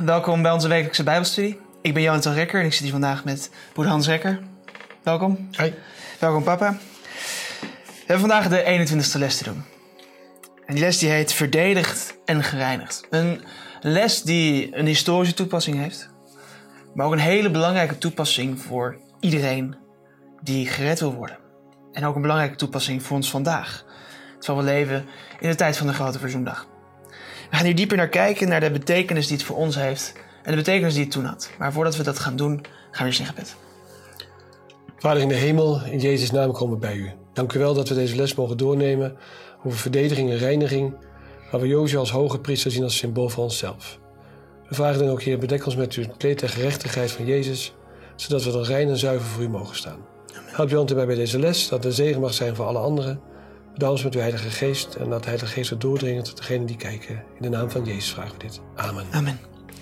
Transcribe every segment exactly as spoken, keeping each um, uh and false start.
welkom bij onze wekelijkse Bijbelstudie. Ik ben Jonathan Rekker en ik zit hier vandaag met broeder Hans Rekker. Welkom. Hoi. Welkom papa. We hebben vandaag de eenentwintigste les te doen. En die les die heet Verdedigd en gereinigd. Een les die een historische toepassing heeft, maar ook een hele belangrijke toepassing voor iedereen die gered wil worden. En ook een belangrijke toepassing voor ons vandaag, terwijl we leven in de tijd van de Grote Verzoendag. We gaan hier dieper naar kijken, naar de betekenis die het voor ons heeft en de betekenis die het toen had. Maar voordat we dat gaan doen, gaan we eerst in gebed. Vader in de hemel, in Jezus' naam komen we bij u. Dank u wel dat we deze les mogen doornemen over verdediging en reiniging, waar we Jozua als hoge priester zien als symbool van onszelf. We vragen dan ook, Heer, bedek ons met uw kleed der gerechtigheid van Jezus, zodat we dan rein en zuiver voor u mogen staan. Help Jan erbij bij deze les, dat de zegen mag zijn voor alle anderen. Bedaal ons met uw Heilige Geest en laat de Heilige Geest het doordringen tot degenen die kijken. In de naam van Jezus vragen we dit. Amen. Amen.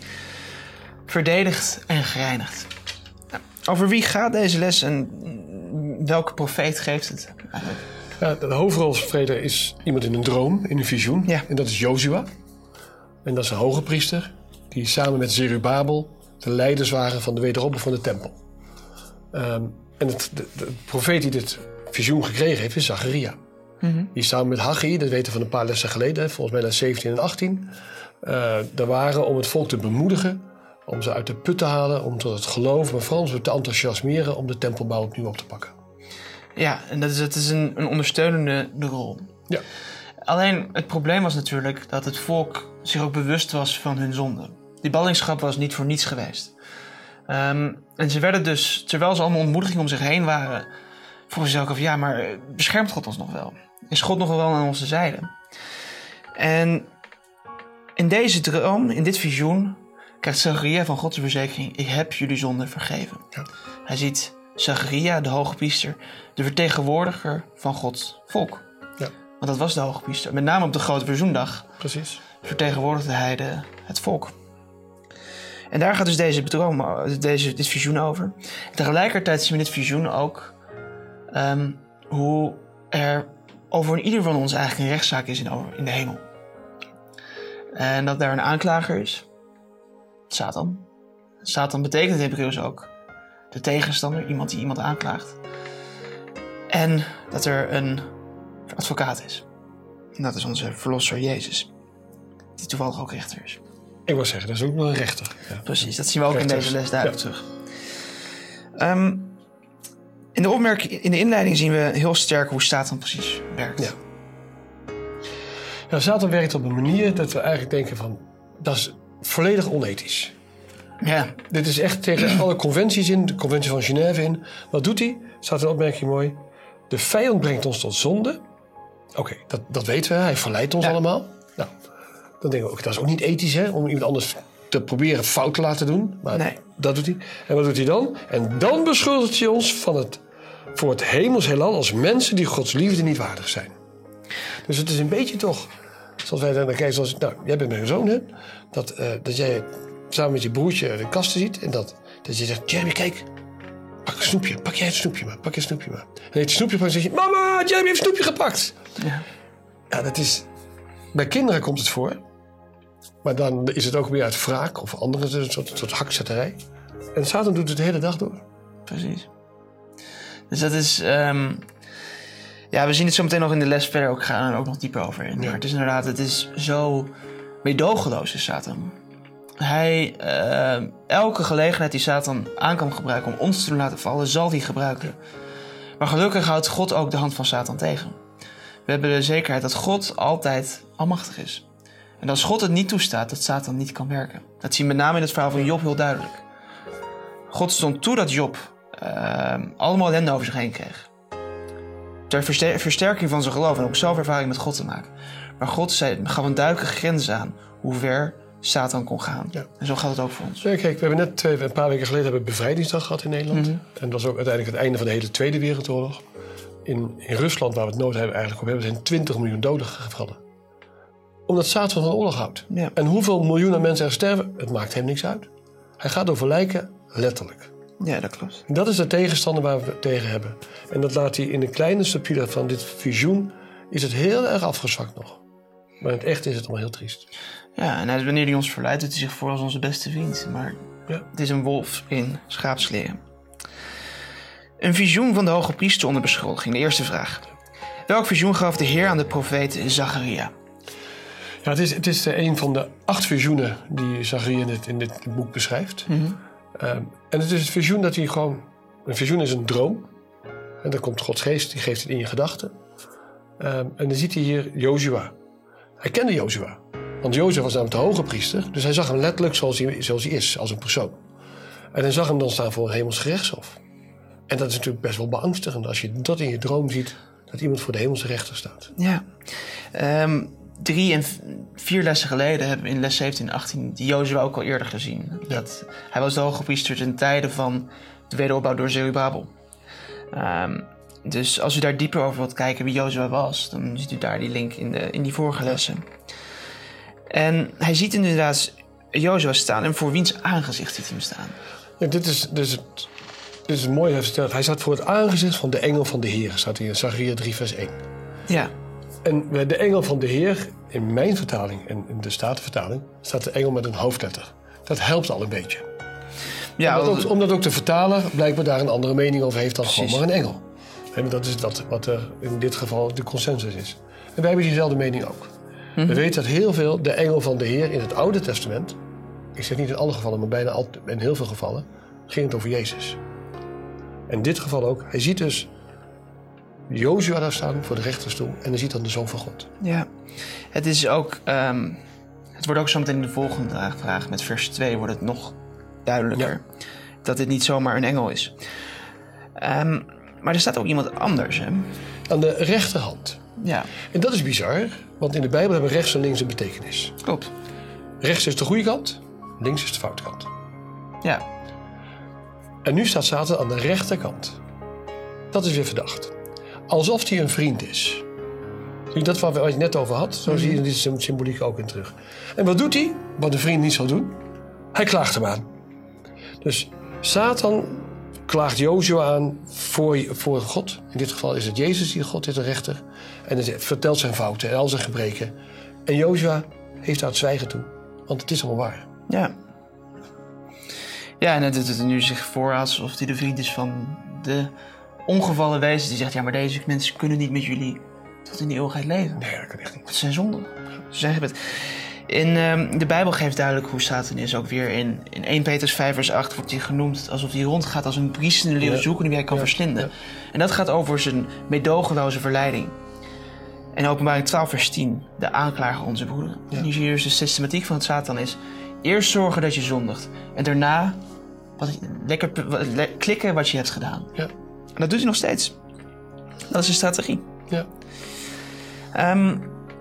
Verdedigd en gereinigd. Over wie gaat deze les en welke profeet geeft het eigenlijk? Ja, de hoofdrolspeler is iemand in een droom, in een visioen. Ja. En dat is Jozua. En dat is een hoge priester die samen met Zerubabel de leiders waren van de wederopbouw van de tempel. Um, en het, de, de profeet die dit visioen gekregen heeft is Zacharia. Mm-hmm. Die samen met Haggai, dat weten we van een paar lessen geleden, volgens mij les zeventien en achttien, uh, daar waren om het volk te bemoedigen, om ze uit de put te halen, om tot het geloof, maar vooral om ze te enthousiasmeren om de tempelbouw opnieuw op te pakken. Ja, en dat is, het is een, een ondersteunende rol. Ja. Alleen het probleem was natuurlijk dat het volk zich ook bewust was van hun zonde. Die ballingschap was niet voor niets geweest. Um, en ze werden dus, terwijl ze allemaal ontmoediging om zich heen waren, vroegen ze zich ook af, ja, maar beschermt God ons nog wel? Is God nog wel aan onze zijde? En in deze droom, in dit visioen, krijgt Zacharia van God de verzekering, ik heb jullie zonde vergeven. Ja. Hij ziet Zacharia, de hoge priester, de vertegenwoordiger van Gods volk. Ja. Want dat was de hoge priester. Met name op de Grote Verzoendag. Precies. Vertegenwoordigde hij de, het volk. En daar gaat dus deze droom, deze, dit visioen over. En tegelijkertijd zien we in dit visioen ook um, hoe er over ieder van ons eigenlijk een rechtszaak is in, in de hemel. En dat daar een aanklager is. Satan. Satan betekent in het Hebreeuws ook de tegenstander, iemand die iemand aanklaagt. En dat er een advocaat is. En dat is onze verlosser Jezus. Die toevallig ook rechter is. Ik wou zeggen, dat is ook nog een rechter. Ja. Precies, dat zien we ook Rechters. in deze les duidelijk ja. terug. Um, in de opmerking, in de inleiding zien we heel sterk hoe Satan precies werkt. Ja. Ja, Satan werkt op een manier dat we eigenlijk denken van, dat is volledig onethisch. Ja. Dit is echt tegen alle conventies in, de conventie van Genève in. Wat doet hij? Staat een opmerking mooi. De vijand brengt ons tot zonde. Oké, okay, dat, dat weten we. Hij verleidt ons ja. allemaal. Nou, dan denken we ook, dat is ook niet ethisch, hè, om iemand anders te proberen fout te laten doen. Maar nee. dat doet hij. En wat doet hij dan? En dan beschuldigt hij ons van het, voor het hemels heelal als mensen die Gods liefde niet waardig zijn. Dus het is een beetje toch, zoals wij dan kijken, zoals, nou, jij bent mijn zoon, hè? Dat, uh, dat jij samen met je broertje de kasten ziet en dat, dat je zegt, Jeremy, kijk, pak een snoepje, pak jij het snoepje maar, pak je het snoepje maar. En je het snoepje pakt en zeg je, mama, Jeremy heeft een snoepje gepakt. Ja. Ja, dat is, bij kinderen komt het voor, maar dan is het ook weer uit wraak of andere soort, soort hakzetterij. En Satan doet het de hele dag door. Precies. Dus dat is, um, ja, we zien het zo meteen nog in de les verder ook gaan en ook nog dieper over in. Ja. Maar het is inderdaad, het is zo meedogenloos is Satan. Hij, uh, elke gelegenheid die Satan aan kan gebruiken om ons te doen laten vallen, zal hij gebruiken. Maar gelukkig houdt God ook de hand van Satan tegen. We hebben de zekerheid dat God altijd almachtig is. En als God het niet toestaat, dat Satan niet kan werken. Dat zien we met name in het verhaal van Job heel duidelijk. God stond toe dat Job uh, allemaal ellende over zich heen kreeg. Ter verster- versterking van zijn geloof en ook zelfervaring met God te maken. Maar God zei, gaf een duidelijke grens aan hoe ver Satan kon gaan. Ja. En zo gaat het ook voor ons. Ja, kijk, we hebben net twee, een paar weken geleden hebben we bevrijdingsdag gehad in Nederland. Mm-hmm. En dat was ook uiteindelijk het einde van de hele Tweede Wereldoorlog. In, in Rusland, waar we het nood hebben eigenlijk op hebben, zijn twintig miljoen doden gevallen. Omdat Satan van de oorlog houdt. Ja. En hoeveel miljoenen mensen er sterven, het maakt hem niks uit. Hij gaat over lijken, letterlijk. Ja, dat klopt. En dat is de tegenstander waar we tegen hebben. En dat laat hij in de kleine subtiele van dit visioen, is het heel erg afgezwakt nog. Maar in het echt is het allemaal heel triest. Ja, en wanneer hij ons verleidt, doet hij zich voor als onze beste vriend. Maar ja. Het is een wolf in schaapskleren. Een visioen van de hoge priester onder beschuldiging. De eerste vraag. Welk visioen gaf de Heer aan de profeet Zacharia? Ja, het is, het is een van de acht visioenen die Zacharia in dit, in dit boek beschrijft. Mm-hmm. Um, en het is het visioen dat hij gewoon... Een visioen is een droom. En dan komt Gods geest, die geeft het in je gedachten. Um, en dan ziet hij hier Jozua. Hij kende Jozua. Want Jozua was namelijk de hoge priester. Dus hij zag hem letterlijk zoals hij, zoals hij is, als een persoon. En hij zag hem dan staan voor een hemels gerechtshof. En dat is natuurlijk best wel beangstigend als je dat in je droom ziet... dat iemand voor de hemelse rechter staat. Ja. Um, drie en vier lessen geleden hebben we in les zeventien en achttien... die Jozua ook al eerder gezien. Ja. Dat, hij was de hoge priester ten tijde van de wederopbouw door Zerubabel. Um, dus als u daar dieper over wilt kijken wie Jozua was... dan ziet u daar die link in, de, in die vorige lessen. En hij ziet inderdaad Jozua staan en voor wiens aangezicht ziet hij hem staan. Ja, dit is dus het... Dit is mooi verteld. Hij staat voor het aangezicht van de engel van de Heer. Staat hier in Zacharia drie vers één. Ja. En bij de engel van de Heer, in mijn vertaling en in de Statenvertaling... staat de engel met een hoofdletter. Dat helpt al een beetje. Ja, omdat, ook, omdat ook de vertaler blijkbaar daar een andere mening over heeft... dan Precies. gewoon maar een engel. En dat is dat wat er in dit geval de consensus is. En wij hebben diezelfde mening ook. Mm-hmm. We weten dat heel veel de engel van de Heer in het Oude Testament... ik zeg niet in alle gevallen, maar bijna al, in heel veel gevallen... ging het over Jezus. In dit geval ook. Hij ziet dus Jozua daar staan voor de rechterstoel. En hij ziet dan de Zoon van God. Ja, het is ook... Um, het wordt ook zo meteen in de volgende vraag. Met vers twee wordt het nog duidelijker. Ja. Dat dit niet zomaar een engel is. Um, maar er staat ook iemand anders, hè? Aan de rechterhand. Ja. En dat is bizar. Want in de Bijbel hebben rechts en links een betekenis. Klopt. Rechts is de goede kant. Links is de foute kant. Ja. En nu staat Satan aan de rechterkant. Dat is weer verdacht. Alsof hij een vriend is. Zie je dat waar je het net over had? Zo mm-hmm. zie je deze symboliek ook in terug. En wat doet hij? Wat een vriend niet zal doen. Hij klaagt hem aan. Dus Satan klaagt Jozua aan voor, voor God. In dit geval is het Jezus die God is, de rechter. En hij vertelt zijn fouten en al zijn gebreken. En Jozua heeft daar het zwijgen toe. Want het is allemaal waar. Ja. Ja, en het doet het nu zich voor alsof hij de vriend is van de ongevallen wezens. Die zegt, ja, maar deze mensen kunnen niet met jullie tot in de eeuwigheid leven. Nee, dat kan echt niet. Dat zijn zonden. Ze zeggen het. In um, de Bijbel geeft duidelijk hoe Satan is. Ook weer in, in eerste Petrus vijf vers acht wordt hij genoemd alsof hij rondgaat als een briesende leeuw, ja. zoeken die hij kan ja. verslinden. Ja. En dat gaat over zijn meedogenloze verleiding. En Openbaring twaalf vers tien, de aanklager onze broederen. Ja. En hier zie je dus de systematiek van het Satan is... Eerst zorgen dat je zondigt. En daarna wat, lekker le, klikken wat je hebt gedaan. Ja. En dat doet hij nog steeds. Dat is een strategie. Ja. Um,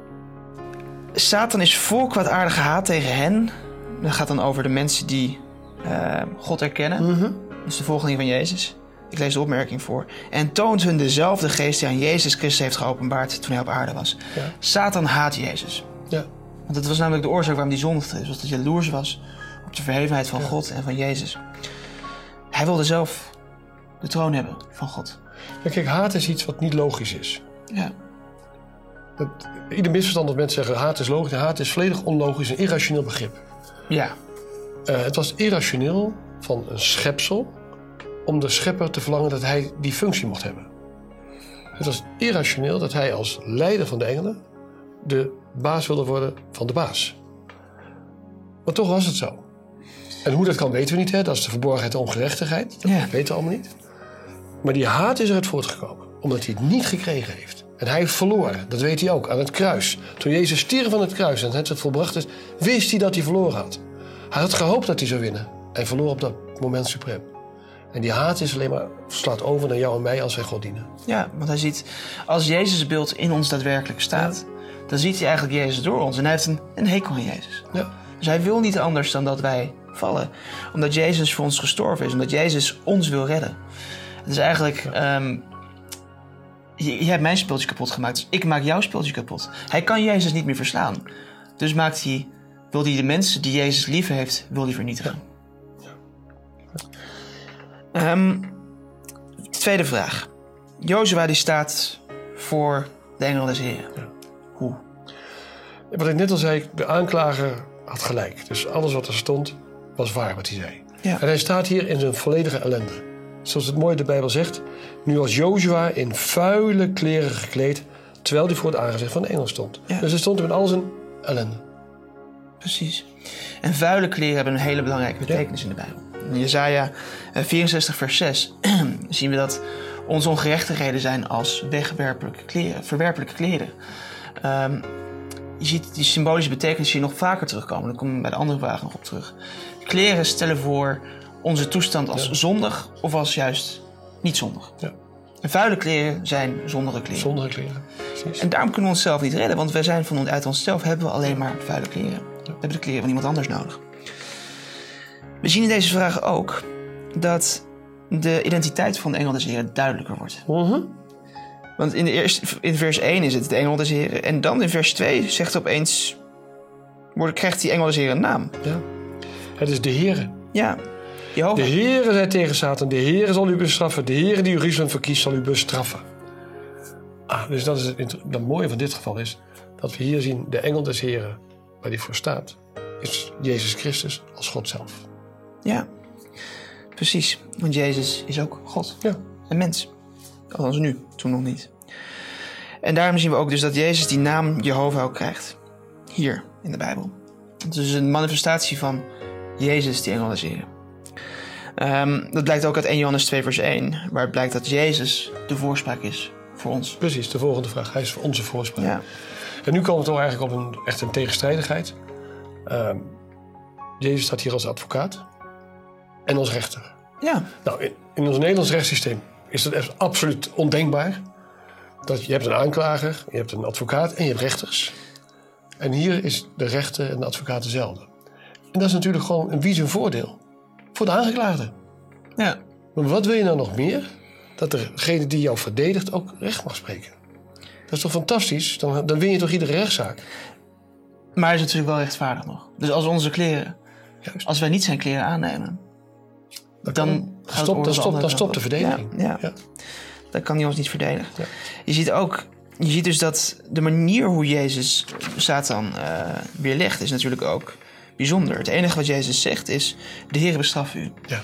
Satan is vol kwaadaardige haat tegen hen. Dat gaat dan over de mensen die uh, God erkennen. Mm-hmm. Dat is de volgeling van Jezus. Ik lees de opmerking voor. En toont hun dezelfde geest die aan Jezus Christus heeft geopenbaard toen hij op aarde was. Ja. Satan haat Jezus. Ja. Want dat was namelijk de oorzaak waarom hij zondigde. Dus dat hij jaloers was op de verhevenheid van ja. God en van Jezus. Hij wilde zelf de troon hebben van God. Ja, kijk, haat is iets wat niet logisch is. Ja. Dat, ieder misverstand dat mensen zeggen haat is logisch. Haat is volledig onlogisch, een irrationeel begrip. Ja. Uh, het was irrationeel van een schepsel om de schepper te verlangen dat hij die functie mocht hebben. Het was irrationeel dat hij als leider van de engelen de baas wilde worden van de baas. Maar toch was het zo. En hoe dat kan weten we niet, hè? Dat is de verborgenheid en ongerechtigheid. Dat ja. weten we allemaal niet. Maar die haat is eruit voortgekomen, omdat hij het niet gekregen heeft. En hij heeft verloren, dat weet hij ook, aan het kruis. Toen Jezus stierf van het kruis en het volbracht is, wist hij dat hij verloren had. Hij had gehoopt dat hij zou winnen. En verloor op dat moment suprem. En die haat is alleen maar slaat over naar jou en mij als wij God dienen. Ja, want hij ziet, als Jezus' beeld in ons daadwerkelijk staat, ja. dan ziet hij eigenlijk Jezus door ons. En hij heeft een, een hekel aan Jezus. Ja. Dus hij wil niet anders dan dat wij vallen. Omdat Jezus voor ons gestorven is. Omdat Jezus ons wil redden. Het is eigenlijk... Ja. Um, je, je hebt mijn speeltje kapot gemaakt, dus ik maak jouw speeltje kapot. Hij kan Jezus niet meer verslaan. Dus maakt hij, wil hij de mensen die Jezus lief heeft, wil hij vernietigen. Ja. Ja. Um, tweede vraag. Jozua die staat voor de engel des Heren. Ja. Hoe? wat ik net al zei, de aanklager had gelijk. Dus alles wat er stond, was waar wat hij zei. Ja. En hij staat hier in zijn volledige ellende. Zoals het mooi de Bijbel zegt. Nu was Jozua in vuile kleren gekleed, terwijl hij voor het aangezicht van de engel stond. Ja. Dus hij stond met al zijn ellende. Precies. En vuile kleren hebben een hele belangrijke betekenis ja. in de Bijbel. In Jesaja vierenzestig vers zes zien we dat onze ongerechtigheden zijn als wegwerpelijke kleren, verwerpelijke kleren. Um, je ziet die symbolische betekenis hier nog vaker terugkomen. Daar komen we bij de andere vragen nog op terug. Kleren stellen voor onze toestand als ja. zondig of als juist niet zondig. Ja. En vuile kleren zijn zondige kleren. Zondige kleren, precies. En daarom kunnen we onszelf niet redden, want wij zijn van uit onszelf hebben we alleen maar vuile kleren. Ja. We hebben de kleren van iemand anders nodig. We zien in deze vragen ook dat de identiteit van de engel des Heren duidelijker wordt. Uh-huh. Want in, de eerste, in vers één is het de engel des Heren. En dan in vers twee zegt hij opeens, wordt, krijgt die engel des Heren een naam. Ja. Het is de Heere. Ja, Jehovah. De Heere zei tegen Satan, de Heere zal u bestraffen. De Heere die u Jeruzalem verkiest zal u bestraffen. Ah, dus dat is het, het mooie van dit geval is dat we hier zien de engel des Heren, waar die voor staat, is Jezus Christus als God zelf. Ja, precies. Want Jezus is ook God. Ja. Een mens. Althans nu, toen nog niet. En daarom zien we ook dus dat Jezus die naam Jehovah ook krijgt. Hier in de Bijbel. Het is een manifestatie van Jezus, die engel des Heren. Um, dat blijkt ook uit eerste Johannes twee vers één. Waar het blijkt dat Jezus de voorspraak is voor ons. Precies, de volgende vraag. Hij is voor onze voorspraak. Ja. En nu komen we toch eigenlijk op een, echt een tegenstrijdigheid. Um, Jezus staat hier als advocaat. En als rechter. Ja. Nou, in, in ons Nederlands rechtssysteem is dat echt absoluut ondenkbaar. Dat je hebt een aanklager, je hebt een advocaat en je hebt rechters. En hier is de rechter en de advocaat dezelfde. En dat is natuurlijk gewoon een wie zijn voordeel. Voor de aangeklaagde. Ja. Maar wat wil je nou nog meer? Dat degene die jou verdedigt ook recht mag spreken. Dat is toch fantastisch? Dan, dan win je toch iedere rechtszaak? Maar hij is natuurlijk wel rechtvaardig nog. Dus als onze kleren, Juist. als wij niet zijn kleren aannemen, dan, dan, gaat stop, het dan, stop, dan stopt de verdediging. Ja, ja. Ja. Dan kan hij ons niet verdedigen. Ja. Je ziet ook, je ziet dus dat de manier hoe Jezus Satan uh, weerlegt is natuurlijk ook bijzonder. Het enige wat Jezus zegt is, de Heer bestraft u. Ja.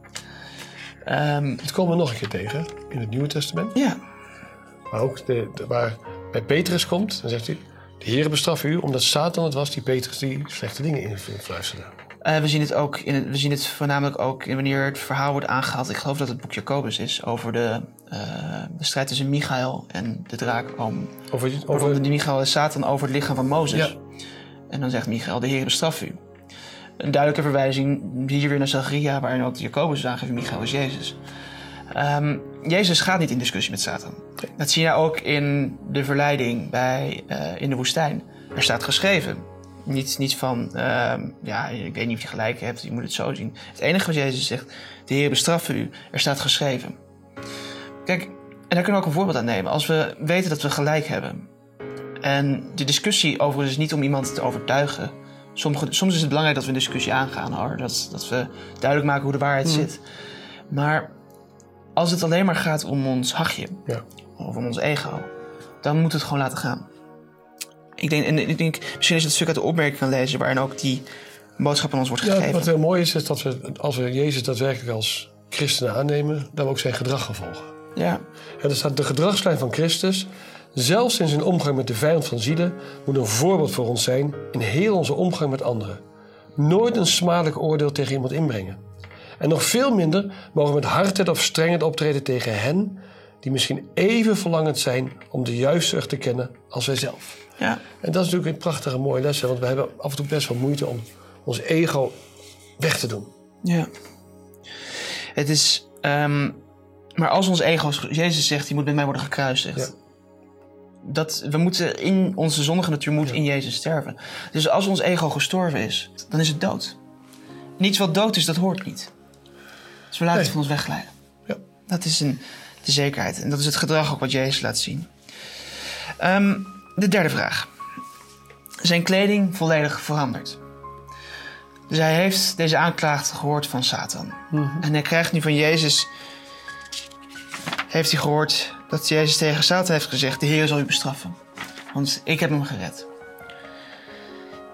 Um, dat komen we nog een keer tegen in het Nieuwe Testament. Ja. Maar ook de, de, waar bij Petrus komt, dan zegt hij, de Heer bestraft u omdat Satan het was die Petrus die slechte dingen influisterde. Uh, we zien het ook in het, we zien het voornamelijk ook in wanneer het verhaal wordt aangehaald. Ik geloof dat het boek Jacobus is over de, uh, de strijd tussen Michael en de draak. Om, over, over... over de Michael en Satan over het lichaam van Mozes. Ja. En dan zegt Michael, de Heer bestraft u. Een duidelijke verwijzing hier weer naar Zacharia, waarin ook Jacobus aangeeft, Michael is Jezus. Um, Jezus gaat niet in discussie met Satan. Dat zie je ook in de verleiding bij, uh, in de woestijn. Er staat geschreven. Niet, niet van, uh, ja, ik weet niet of je gelijk hebt, je moet het zo zien. Het enige wat Jezus zegt, de Heer bestraffen u, er staat geschreven. Kijk, en daar kunnen we ook een voorbeeld aan nemen. Als we weten dat we gelijk hebben. En de discussie overigens is niet om iemand te overtuigen. Sommige, soms is het belangrijk dat we een discussie aangaan, hoor. Dat, dat we duidelijk maken hoe de waarheid mm. zit. Maar als het alleen maar gaat om ons hachje, ja. of om ons ego, dan moet het gewoon laten gaan. Ik denk, en ik denk, misschien is het een stuk uit de opmerking kan lezen waarin ook die boodschap aan ons wordt gegeven. Ja, wat heel mooi is, is dat we, als we Jezus daadwerkelijk als christenen aannemen, dat we ook zijn gedrag gaan volgen. Ja. En er staat de gedragslijn van Christus, zelfs in zijn omgang met de vijand van zielen, moet een voorbeeld voor ons zijn in heel onze omgang met anderen. Nooit een smadelijk oordeel tegen iemand inbrengen. En nog veel minder mogen we met hardheid of strengheid optreden tegen hen die misschien even verlangend zijn om de juiste weg te kennen als wij zelf. Ja. En dat is natuurlijk een prachtige mooie les, want we hebben af en toe best wel moeite om ons ego weg te doen. Ja. Het is, um, maar als ons ego, Jezus zegt, die moet met mij worden gekruisigd. Ja. Dat, we moeten in onze zondige natuur moet ja. in Jezus sterven. Dus als ons ego gestorven is, dan is het dood. En iets wat dood is, dat hoort niet. Dus we laten nee. het van ons wegglijden. Ja. Dat is een, de zekerheid. En dat is het gedrag ook wat Jezus laat zien. Um, de derde vraag. Zijn kleding volledig veranderd. Dus hij heeft deze aanklacht gehoord van Satan. Mm-hmm. En hij krijgt nu van Jezus, heeft hij gehoord dat Jezus tegen Satan heeft gezegd, de Heer zal u bestraffen. Want ik heb hem gered.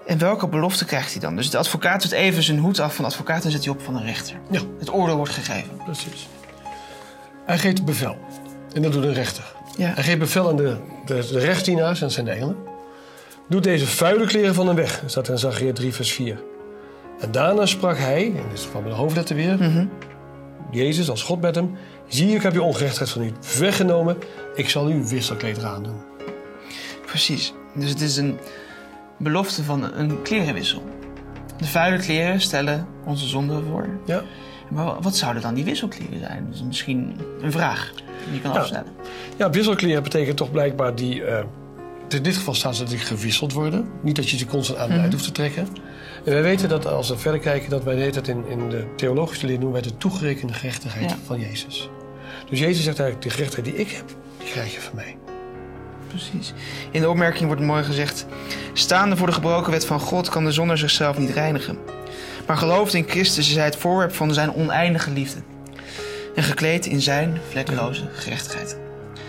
En welke belofte krijgt hij dan? Dus de advocaat doet even zijn hoed af van de advocaat en zet hij op van een rechter. Ja. Het oordeel wordt gegeven. Precies. Hij geeft bevel. En dat doet een rechter. Ja. Hij geeft bevel aan de, de, de rechtsdienaars en zijn engelen. Doe deze vuile kleren van hem weg. Dat staat er in Zacharia drie vers vier. En daarna sprak hij, en dit is van de hoofdletter weer... Mm-hmm. Jezus als God met hem. Zie, ik heb je ongerechtigheid van u weggenomen. Ik zal u wisselkleed aandoen. Precies. Dus het is een belofte van een klerenwissel. De vuile kleren stellen onze zonden voor. Ja. Maar wat zouden dan die wisselkleren zijn? Dat is misschien een vraag die je kan Ja. afstellen. Ja, wisselkleren betekent toch blijkbaar die... Uh, in dit geval staat dat die gewisseld worden. Niet dat je ze constant aan en uit Mm-hmm. hoeft te trekken. En wij weten dat als we verder kijken... dat wij weten dat in, in de theologische leer noemen wij de toegerekende gerechtigheid Ja. van Jezus. Dus Jezus zegt eigenlijk, de gerechtigheid die ik heb, die krijg je van mij. Precies. In de opmerking wordt mooi gezegd... Staande voor de gebroken wet van God kan de zondaar zichzelf niet reinigen. Maar gelooft in Christus is hij het voorwerp van zijn oneindige liefde. En gekleed in zijn vlekkeloze gerechtigheid.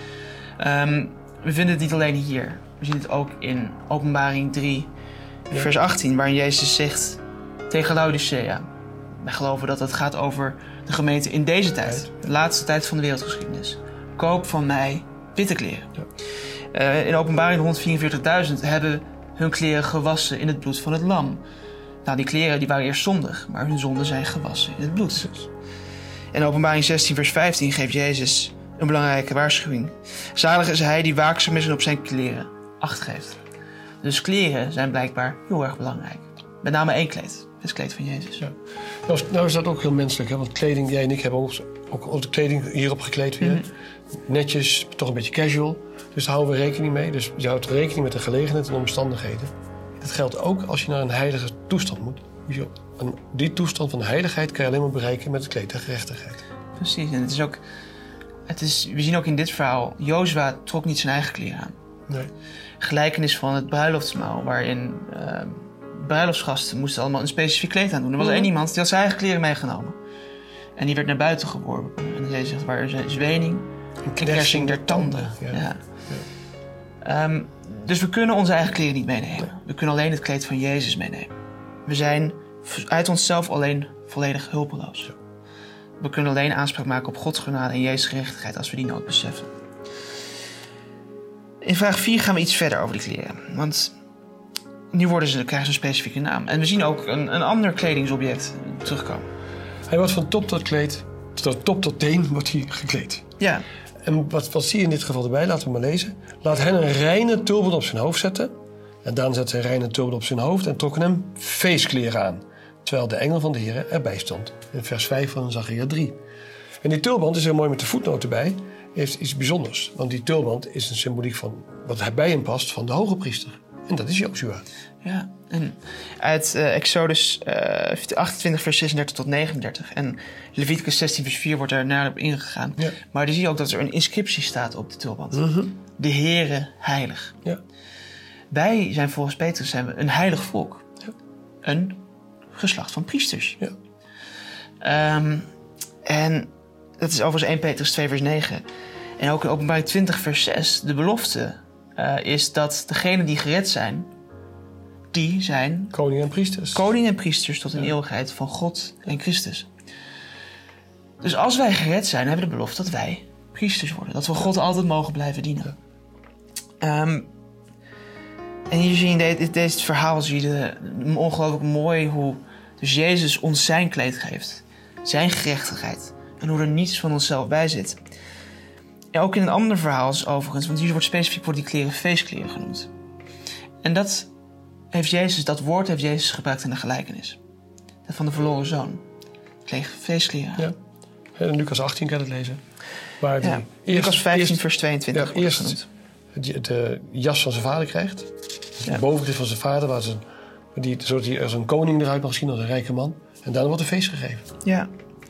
Um, we vinden het niet alleen hier. We zien het ook in Openbaring drie, Ja. vers achttien... waarin Jezus zegt tegen Laodicea... Wij geloven dat het gaat over de gemeente in deze tijd. De laatste tijd van de wereldgeschiedenis. Koop van mij witte kleren. Ja. Uh, in Openbaring honderdvierenveertigduizend hebben hun kleren gewassen in het bloed van het lam. Nou, die kleren die waren eerst zondig, maar hun zonden zijn gewassen in het bloed. In Openbaring zestien vers vijftien geeft Jezus een belangrijke waarschuwing. Zalig is hij die waakzaam is en op zijn kleren acht geeft. Dus kleren zijn blijkbaar heel erg belangrijk. Met name één kleed. Het kleed van Jezus. Ja. Nou, is, nou is dat ook heel menselijk, hè? Want kleding, jij en ik hebben ook, ook onze kleding hierop gekleed weer. Mm-hmm. Netjes, toch een beetje casual. Dus daar houden we rekening mee. Dus je houdt rekening met de gelegenheid en de omstandigheden. Dat geldt ook als je naar een heilige toestand moet. Dus je, een, die toestand van heiligheid kan je alleen maar bereiken met het kleed der gerechtigheid. Precies, en het is ook... Het is, we zien ook in dit verhaal... Jozua trok niet zijn eigen kleren aan. Nee. Gelijkenis van het bruiloftsmaal... waarin uh, bruiloftsgasten moesten allemaal een specifiek kleed aan doen. Er was Mhm. één iemand die had zijn eigen kleren meegenomen. En die werd naar buiten geworpen. En Jezus zegt, waar is zwening en kersing der tanden. Ja. Ja. Ja. Um, dus we kunnen onze eigen kleren niet meenemen. We kunnen alleen het kleed van Jezus meenemen. We zijn uit onszelf alleen volledig hulpeloos. Ja. We kunnen alleen aanspraak maken op Gods genade en Jezus' gerechtigheid als we die nood beseffen. In vraag vier gaan we iets verder over die kleren. Want nu worden ze, krijgen ze een specifieke naam. En we zien ook een, een ander kledingsobject terugkomen. Hij wordt van top tot kleed, van top tot teen wordt hij gekleed. Ja. En wat, wat zie je in dit geval erbij? Laten we maar lezen. Laat hen een reine tulband op zijn hoofd zetten. En dan zette hij een reine tulband op zijn hoofd en trokken hem feestkleren aan. Terwijl de engel van de Heer erbij stond. In vers vijf van Zacharia drie. En die tulband is heel mooi met de voetnoot erbij. Heeft iets bijzonders. Want die tulband is een symboliek van wat hij bij hem past van de hoge priester. En dat is Jozua. Ja, en uit uh, Exodus uh, achtentwintig vers zesendertig tot negenendertig. En Leviticus zestien vers vier wordt daar nader op ingegaan. Ja. Maar dan zie je ook dat er een inscriptie staat op de tulband. Mm-hmm. De Heere heilig. Ja. Wij zijn volgens Petrus zijn we een heilig volk. Ja. Een geslacht van priesters. Ja. Um, en dat is overigens eerste Petrus twee vers negen. En ook in Openbaring twintig vers zes. De belofte uh, is dat degenen die gered zijn... die zijn Koning en priesters. koning en priesters tot in Ja. eeuwigheid van God en Christus. Dus als wij gered zijn, hebben we de belofte dat wij priesters worden. Dat we God altijd mogen blijven dienen. Ja. Um, en hier zie je in dit, dit verhaal zie je de, ongelooflijk mooi hoe dus Jezus ons zijn kleed geeft. Zijn gerechtigheid. En hoe er niets van onszelf bij zit. En ook in een ander verhaal is overigens, want hier wordt specifiek voor die kleren feestkleren genoemd. En dat heeft Jezus, dat woord heeft Jezus gebruikt in de gelijkenis. Dat van de verloren zoon. Kreeg feestkleren. Ja. En Lucas achttien kan je het lezen. Waar Ja. die Lucas eerst, vijftien eerst, vers tweeëntwintig ja, wordt eerst genoemd. de, de jas van zijn vader krijgt. Ja. De bovenkleed van zijn vader, waar ze, die, zodat hij als een koning eruit mag zien, als een rijke man. En daarna wordt een feest gegeven. Ja.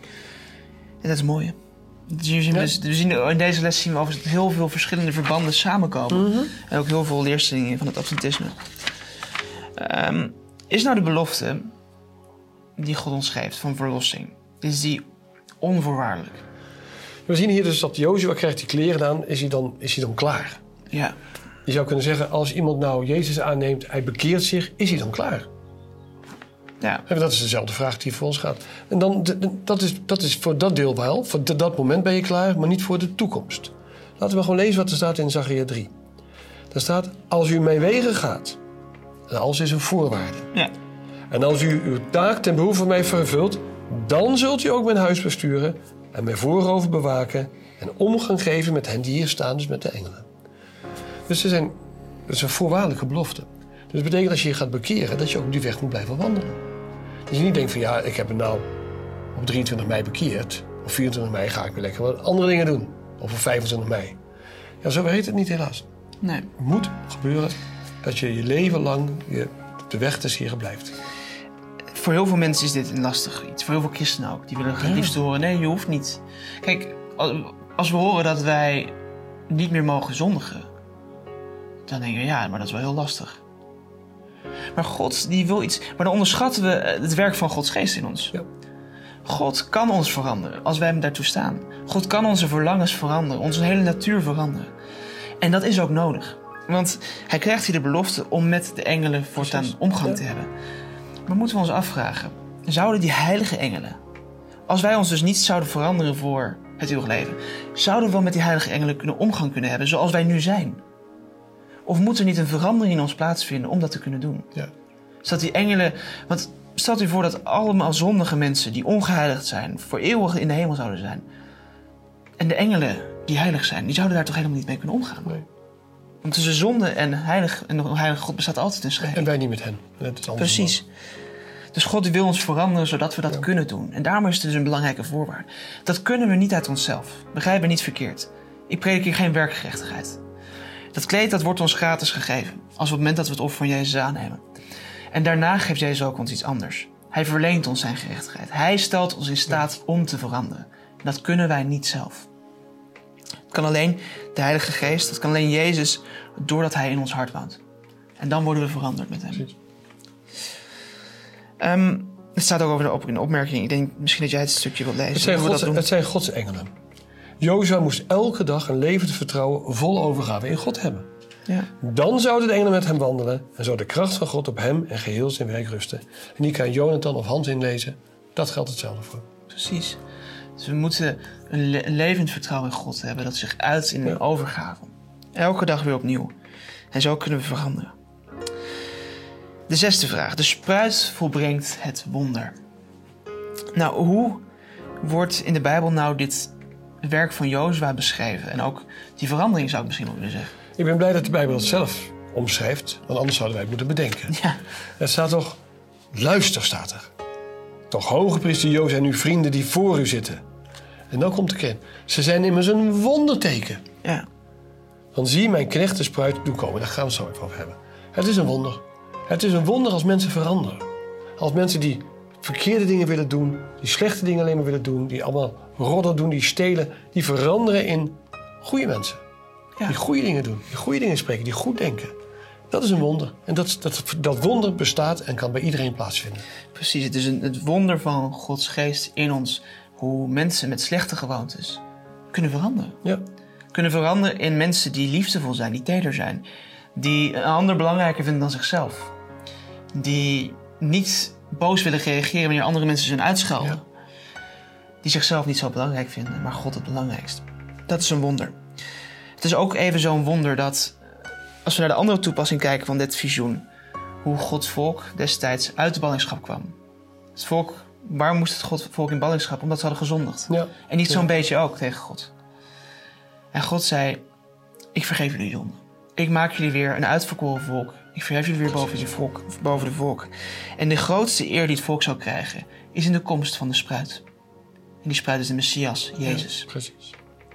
En dat is mooi, hè? Dus hier zien we, Ja. dus, we zien, in deze les zien we overigens dat heel veel verschillende verbanden samenkomen. Mm-hmm. En ook heel veel leerstellingen van het Adventisme. Um, is nou de belofte die God ons geeft van verlossing, is die onvoorwaardelijk? We zien hier dus dat Jozua krijgt die kleren aan, is hij dan, is hij dan klaar? Ja. Je zou kunnen zeggen, als iemand nou Jezus aanneemt, hij bekeert zich, is hij dan klaar? Ja. En dat is dezelfde vraag die voor ons gaat. En dan, dat is, dat is voor dat deel wel. Voor dat moment ben je klaar, maar niet voor de toekomst. Laten we gewoon lezen wat er staat in Zacharia drie. Daar staat, als u mijn wegen gaat. En als is een voorwaarde. Ja. En als u uw taak ten behoeve van mij vervult, dan zult u ook mijn huis besturen en mijn voorhoven bewaken en omgang geven met hen die hier staan, dus met de engelen. Dus er zijn, dat is een voorwaardelijke belofte. Dus dat betekent als je je gaat bekeren, dat je ook die weg moet blijven wandelen. Dus je niet denkt van ja, ik heb het nou op drieëntwintig mei bekeerd. Op vierentwintig mei ga ik weer lekker wat andere dingen doen. Of op vijfentwintig mei. Ja, zo werkt het niet helaas. Nee. Het moet gebeuren dat je je leven lang je op de weg des Heren blijft. Voor heel veel mensen is dit een lastig iets. Voor heel veel christenen ook. Die willen het liefst horen, nee, je hoeft niet. Kijk, als we horen dat wij niet meer mogen zondigen, dan denk je, ja, maar dat is wel heel lastig. Maar God, die wil iets. Maar dan onderschatten we het werk van Gods geest in ons. Ja. God kan ons veranderen als wij hem daartoe staan. God kan onze verlangens veranderen, onze hele natuur veranderen. En dat is ook nodig. Want hij krijgt hier de belofte om met de engelen voortaan omgang ja. te hebben. Maar moeten we ons afvragen, zouden die heilige engelen, als wij ons dus niet zouden veranderen voor het eeuwig leven, zouden we wel met die heilige engelen kunnen omgang kunnen hebben zoals wij nu zijn? Of moet er niet een verandering in ons plaatsvinden om dat te kunnen doen? Ja. Zodat die engelen, want stelt u voor dat allemaal zondige mensen die ongeheiligd zijn, voor eeuwig in de hemel zouden zijn. En de engelen die heilig zijn, die zouden daar toch helemaal niet mee kunnen omgaan? Nee. Want tussen zonde en heilig en de heilige God bestaat altijd een scheiding. En wij niet met hen. Het is Precies. Dus God wil ons veranderen zodat we dat ja. kunnen doen. En daarom is het dus een belangrijke voorwaarde. Dat kunnen we niet uit onszelf. Begrijp me niet verkeerd. Ik predik hier geen werkgerechtigheid. Dat kleed dat wordt ons gratis gegeven. Als op het moment dat we het offer van Jezus aannemen. En daarna geeft Jezus ook ons iets anders. Hij verleent ons zijn gerechtigheid. Hij stelt ons in staat ja. om te veranderen. En dat kunnen wij niet zelf. Het kan alleen de Heilige Geest, dat kan alleen Jezus, doordat hij in ons hart woont. En dan worden we veranderd met hem. Um, het staat ook over de op, in de opmerking. Ik denk misschien dat jij het stukje wilt lezen. Het zijn, Gods, het zijn Gods engelen. Jozua moest elke dag een levend vertrouwen vol overgave in God hebben. Ja. Dan zouden de engelen met hem wandelen en zou de kracht van God op hem en geheel zijn werk rusten. En die kan Jonathan of Hans inlezen. Dat geldt hetzelfde voor. Precies. Dus we moeten een, le- een levend vertrouwen in God hebben dat zich uit in een ja. overgave. Elke dag weer opnieuw. En zo kunnen we veranderen. De zesde vraag. De spruit volbrengt het wonder. Nou, hoe wordt in de Bijbel nou dit werk van Jozua beschreven? En ook die verandering zou ik misschien wel willen zeggen. Ik ben blij dat de Bijbel het zelf omschrijft. Want anders zouden wij het moeten bedenken. Ja. Er staat toch, luister staat er. Toch hoge priester Jozua en uw vrienden die voor u zitten. En dan komt de kern. Ze zijn immers een wonderteken. Ja. Dan zie je mijn knecht de spruit doen komen. Daar gaan we het zo even over hebben. Het is een wonder. Het is een wonder als mensen veranderen. Als mensen die verkeerde dingen willen doen, die slechte dingen alleen maar willen doen, die allemaal rodden doen, die stelen, die veranderen in goede mensen. Ja. Die goede dingen doen, die goede dingen spreken, die goed denken. Dat is een wonder. En dat, dat, dat wonder bestaat en kan bij iedereen plaatsvinden. Precies, het is een, het wonder van Gods geest in ons. Hoe mensen met slechte gewoontes kunnen veranderen. Ja. Kunnen veranderen in mensen die liefdevol zijn, die teder zijn. Die een ander belangrijker vinden dan zichzelf. Die niet boos willen reageren wanneer andere mensen zijn uitschelden. Ja. Die zichzelf niet zo belangrijk vinden, maar God het belangrijkst. Dat is een wonder. Het is ook even zo'n wonder dat, als we naar de andere toepassing kijken van dit visioen, hoe Gods volk destijds uit de ballingschap kwam. Het volk, waar moest het God, volk in ballingschap? Omdat ze hadden gezondigd. Ja. En niet zo'n ja. beetje ook tegen God. En God zei, ik vergeef jullie zonde. Ik maak jullie weer een uitverkoren volk. Ik verhef jullie weer boven, je volk, boven de volk. En de grootste eer die het volk zou krijgen, is in de komst van de spruit. En die spruit is de Messias, Jezus. Ja, precies.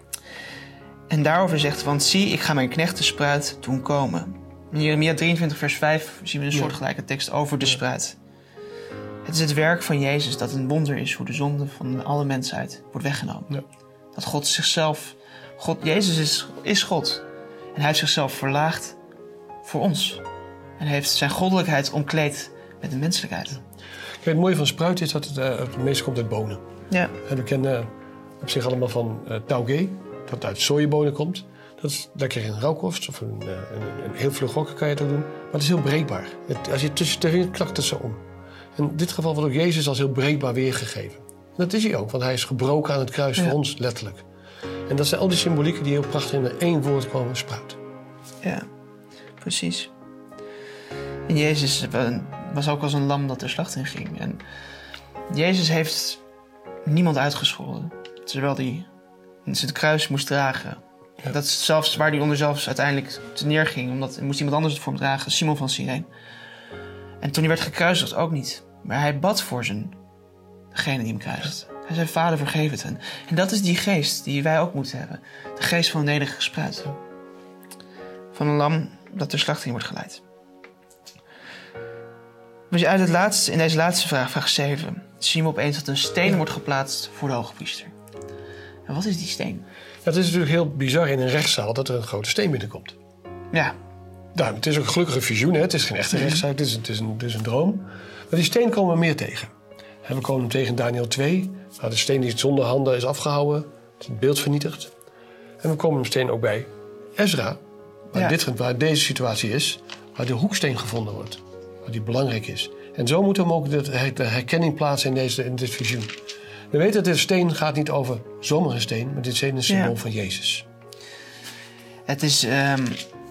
En daarover zegt, want zie, ik ga mijn knecht de spruit doen komen. In Jeremia drieëntwintig vers vijf zien we een soortgelijke tekst over de spruit. Het is het werk van Jezus dat een wonder is hoe de zonde van alle mensheid wordt weggenomen. Ja. Dat God zichzelf, God, Jezus is, is God. En hij heeft zichzelf verlaagd voor ons. En heeft zijn goddelijkheid omkleed met de menselijkheid. Kijk, het mooie van spruit is dat het, uh, het meeste komt uit bonen. Ja. En we kennen uh, op zich allemaal van uh, taugé, dat uit sojabonen komt. Dat is lekker in een rauwkost of een, een, een heel vlug rokken kan je het ook doen. Maar het is heel breekbaar. Het, als je het tussen de vingers knakt het zo om. In dit geval wordt ook Jezus als heel breekbaar weergegeven. En dat is hij ook, want hij is gebroken aan het kruis ja. voor ons, letterlijk. En dat zijn al die symbolieken die heel prachtig in één woord komen spruiten. Ja, precies. En Jezus was ook als een lam dat de slacht in ging. En Jezus heeft niemand uitgescholden. Terwijl hij het kruis moest dragen. Ja. Dat is zelfs waar hij onder zelfs uiteindelijk te neerging. Omdat er moest iemand anders het voor hem dragen, Simon van Cyrene. En toen hij werd gekruisigd ook niet. Maar hij bad voor zijn, degene die hem kruist. Ja. Hij zei, Vader, vergeef het hen. En dat is die geest die wij ook moeten hebben. De geest van een nederige spruit. Ja. Van een lam dat ter slachting wordt geleid. Dus uit het laatste, in deze laatste vraag, vraag zeven... zien we opeens dat een steen ja. wordt geplaatst voor de hogepriester. En wat is die steen? Ja, het is natuurlijk heel bizar in een rechtszaal dat er een grote steen binnenkomt. Ja. Nou, het is ook een gelukkige visioen, hè? Het is geen echte rechtszaal, het is, het, is een, het is een droom. Maar die steen komen we meer tegen. En we komen hem tegen in Daniel twee, waar de steen die zonder handen is afgehouden, het beeld vernietigd. En we komen hem steen ook bij Ezra, waar, ja. dit, waar deze situatie is, waar de hoeksteen gevonden wordt. Waar die belangrijk is. En zo moeten we ook de herkenning plaatsen in, deze, in dit visioen. We weten dat dit steen gaat niet over zomaar een steen, maar dit is een symbool ja. van Jezus. Het is... Um,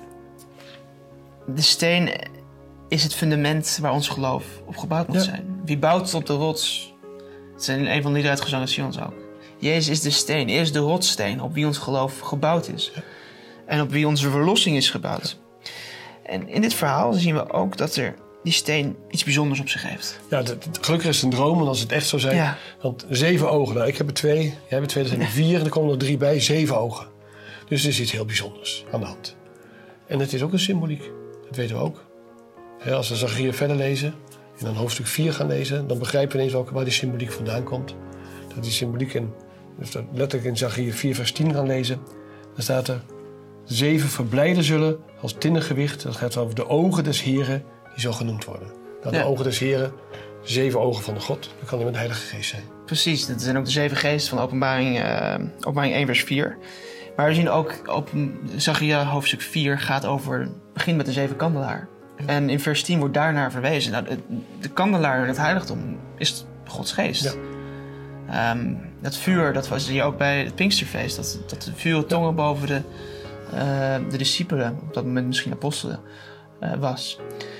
de steen is het fundament waar ons geloof op gebouwd moet ja. zijn. Wie bouwt op de rots? Het is een van de liederen uit Gezangen Sions ook. Jezus is de steen, is de rotssteen op wie ons geloof gebouwd is. Ja. En op wie onze verlossing is gebouwd. Ja. En in dit verhaal zien we ook dat er die steen iets bijzonders op zich heeft. Ja, de, de, gelukkig is het een droom, en als het echt zou zijn... Ja. Want zeven ogen, nou, ik heb er twee, jij hebt er twee, er zijn er vier... en er komen er drie bij, zeven ogen. Dus er is iets heel bijzonders aan de hand. En het is ook een symboliek, dat weten we ook. He, als we Zacharia verder lezen, en dan hoofdstuk vier gaan lezen... dan begrijpen we ineens ook waar die symboliek vandaan komt. Dat die symboliek, in, dus dat letterlijk in Zacharia vier vers tien gaan lezen... dan staat er... zeven verblijden zullen als tinnengewicht. Dat gaat over de ogen des Heren... die zo genoemd worden. Nou, de ja. ogen des Heren, zeven ogen van de God. Dat kan met de Heilige Geest zijn. Precies, dat zijn ook de zeven geesten van Openbaring, uh, Openbaring één vers vier. Maar we zien ook, op Zacharia hoofdstuk vier gaat over, begint met de zeven kandelaar. Ja. En in vers tien wordt daarnaar verwezen. Nou, de, de kandelaar in het heiligdom is Gods geest. Ja. Um, dat vuur, dat was hier ook bij het Pinksterfeest. Dat, dat de vuren tongen ja. boven de, uh, de discipelen, op dat moment misschien apostelen, uh, was.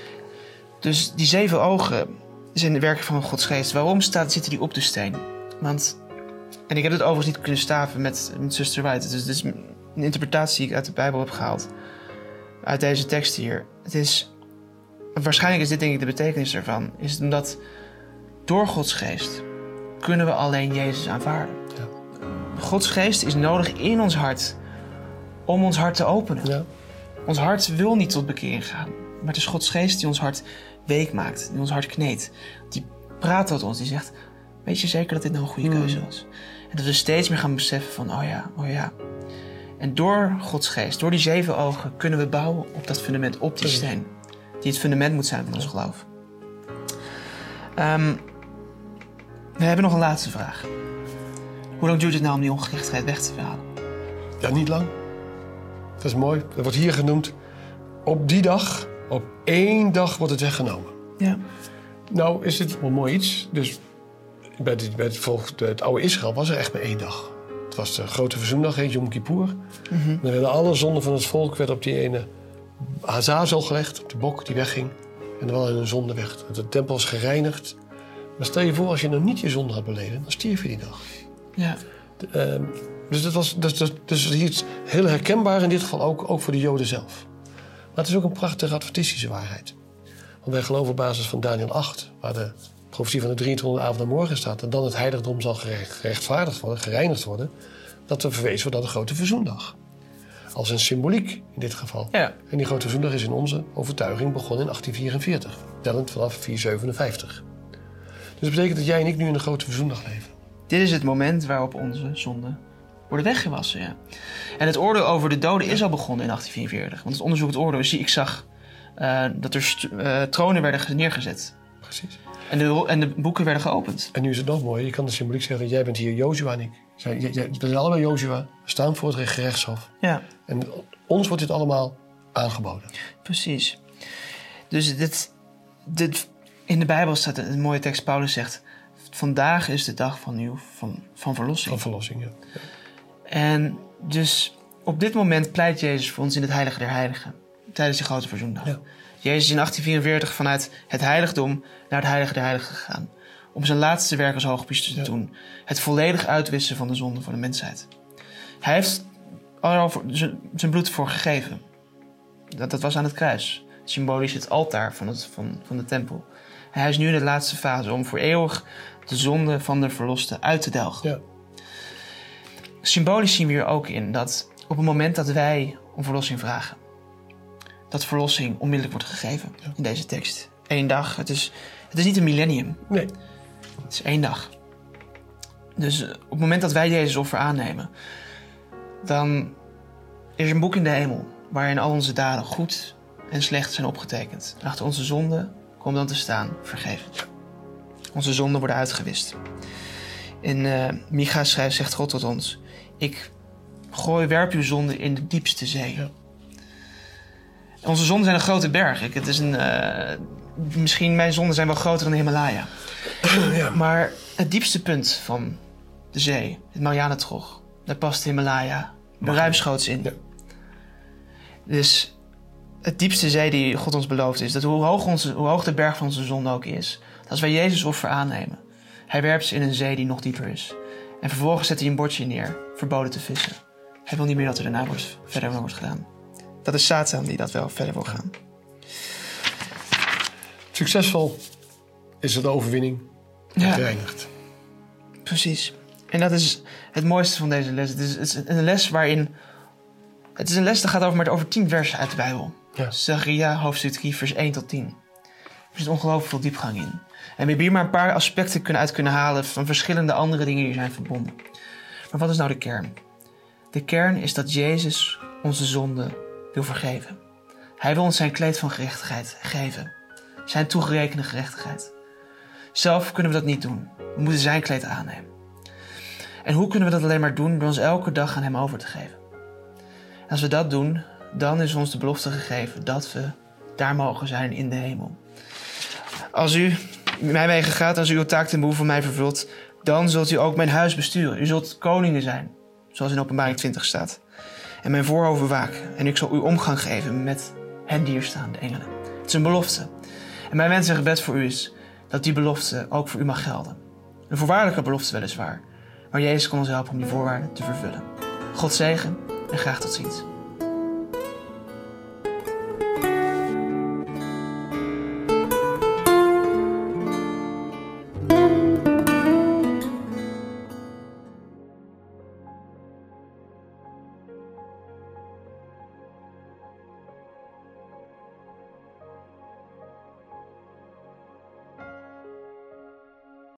Dus die zeven ogen zijn de werken van Gods geest. Waarom staat, zitten die op de steen? Want, en ik heb het overigens niet kunnen staven met, met zuster White. Dus dit is een interpretatie die ik uit de Bijbel heb gehaald. Uit deze tekst hier. Het is, waarschijnlijk is dit denk ik de betekenis ervan. Is het omdat door Gods geest kunnen we alleen Jezus aanvaarden. Ja. Gods geest is nodig in ons hart om ons hart te openen. Ja. Ons hart wil niet tot bekering gaan. Maar het is Gods geest die ons hart week maakt. Die ons hart kneedt. Die praat tot ons. Die zegt, weet je zeker dat dit nou een goede keuze was? En dat we steeds meer gaan beseffen van, oh ja, oh ja. En door Gods geest, door die zeven ogen... kunnen we bouwen op dat fundament, op die steen. Die het fundament moet zijn van ons geloof. Um, we hebben nog een laatste vraag. Hoe lang duurt het nou om die ongerechtigheid weg te halen? Ja, niet lang. Dat is mooi. Dat wordt hier genoemd. Op die dag, op één dag wordt het weggenomen. Ja. Nou is dit wel mooi iets. Dus bij het, bij het volk, het oude Israël was er echt maar één dag. Het was de grote verzoendag, heet Yom Kippur. Mm-hmm. Dan werden alle zonden van het volk werd op die ene azazel gelegd, op de bok die wegging. En dan waren hun zonden weg. De tempel was gereinigd. Maar stel je voor, als je nog niet je zonde had beleden, dan stierf je die dag. Ja. De, uh, dus dat was dus, dus, dus iets heel herkenbaar in dit geval ook, ook voor de Joden zelf. Maar het is ook een prachtige adventistische waarheid. Want wij geloven op basis van Daniel acht, waar de profetie van de drieëntwintigste avond en morgen staat, en dan het heiligdom zal gerechtvaardigd worden, gereinigd worden, dat we verwezen wordt naar de grote verzoendag. Als een symboliek in dit geval. Ja. En die grote verzoendag is in onze overtuiging begonnen in achttien vierenveertig, tellend vanaf vierhonderdzevenenvijftig. Dus dat betekent dat jij en ik nu in de grote verzoendag leven. Dit is het moment waarop onze zonden worden weggewassen, ja. En het oordeel over de doden is al begonnen in achttien vierenveertig. Want het onderzoek het oordeel, zie ik zag uh, dat er st- uh, tronen werden neergezet. Precies. En de, en de boeken werden geopend. En nu is het nog mooier. Je kan de symboliek zeggen, jij bent hier Jozua en ik. Zij, jij, jij, we zijn allebei Jozua. We staan voor het gerechtshof. Ja. En ons wordt dit allemaal aangeboden. Precies. Dus dit, dit, in de Bijbel staat een mooie tekst. Paulus zegt, vandaag is de dag van, uw, van, van verlossing. Van verlossing, ja. ja. En dus op dit moment pleit Jezus voor ons in het Heilige der Heiligen. Tijdens de grote verzoendag. Ja. Jezus is in achttien vierenveertig vanuit het heiligdom naar het Heilige der Heiligen gegaan. Om zijn laatste werk als hoogpriester te ja. doen. Het volledig uitwissen van de zonde voor de mensheid. Hij heeft al zijn bloed voor gegeven. Dat, dat was aan het kruis. Symbolisch het altaar van, het, van, van de tempel. En hij is nu in de laatste fase om voor eeuwig de zonde van de verlosten uit te delgen. Ja. Symbolisch zien we hier ook in dat op het moment dat wij om verlossing vragen, dat verlossing onmiddellijk wordt gegeven ja. in deze tekst. Eén dag. Het is, het is niet een millennium. Nee. Het is één dag. Dus op het moment dat wij Jezus offer aannemen, dan is er een boek in de hemel waarin al onze daden goed en slecht zijn opgetekend. En achter onze zonden komt dan te staan vergeven. Onze zonden worden uitgewist. In uh, Micha schrijft, zegt God tot ons, ik gooi, werp uw zonde in de diepste zee. Ja. Onze zonden zijn een grote berg. Ik, het is een, uh, misschien mijn zonden zijn wel groter dan de Himalaya. Ja. Maar het diepste punt van de zee, het Marianentrog, daar past de Himalaya ruimschoots in. Ja. Dus het diepste zee die God ons belooft is dat hoe hoog, onze, hoe hoog de berg van onze zonde ook is, dat als wij Jezus offer aannemen, hij werpt ze in een zee die nog dieper is. En vervolgens zet hij een bordje neer, verboden te vissen. Hij wil niet meer dat er daarna wordt, verder wordt gedaan. Dat is Satan die dat wel verder wil gaan. Succesvol is het de overwinning ja. gereinigd. Precies. En dat is het mooiste van deze les. Het is, het is een les waarin... Het is een les dat gaat over, maar over tien versen uit de Bijbel. Ja. Zacharia, hoofdstuk drie, vers één tot tien. Er zit ongelooflijk veel diepgang in. En we hebben hier maar een paar aspecten kunnen uit kunnen halen van verschillende andere dingen die zijn verbonden. Maar wat is nou de kern? De kern is dat Jezus onze zonde wil vergeven. Hij wil ons zijn kleed van gerechtigheid geven. Zijn toegerekende gerechtigheid. Zelf kunnen we dat niet doen. We moeten zijn kleed aannemen. En hoe kunnen we dat alleen maar doen? Door ons elke dag aan hem over te geven. En als we dat doen, dan is ons de belofte gegeven dat we daar mogen zijn in de hemel. Als u mij meegegaat, als u uw taak ten behoeve van mij vervult, dan zult u ook mijn huis besturen. U zult koningen zijn, zoals in Openbaring twintig staat. En mijn voorhoofd waken. En ik zal u omgang geven met hen die hier staan, de engelen. Het is een belofte. En mijn wens en gebed voor u is dat die belofte ook voor u mag gelden. Een voorwaardelijke belofte weliswaar. Maar Jezus kan ons helpen om die voorwaarden te vervullen. God zegen en graag tot ziens.